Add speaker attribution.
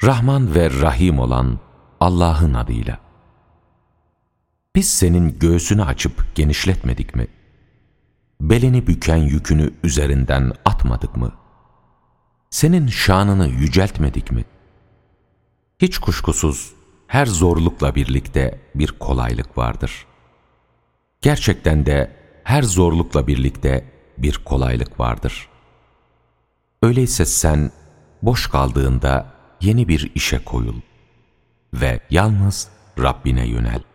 Speaker 1: Rahman ve Rahim olan Allah'ın adıyla. Biz senin göğsünü açıp genişletmedik mi? Belini büken yükünü üzerinden atmadık mı? Senin şanını yüceltmedik mi? Hiç kuşkusuz her zorlukla birlikte bir kolaylık vardır. Gerçekten de her zorlukla birlikte bir kolaylık vardır. Öyleyse sen boş kaldığında yeni bir işe koyul ve yalnız Rabbine yönel.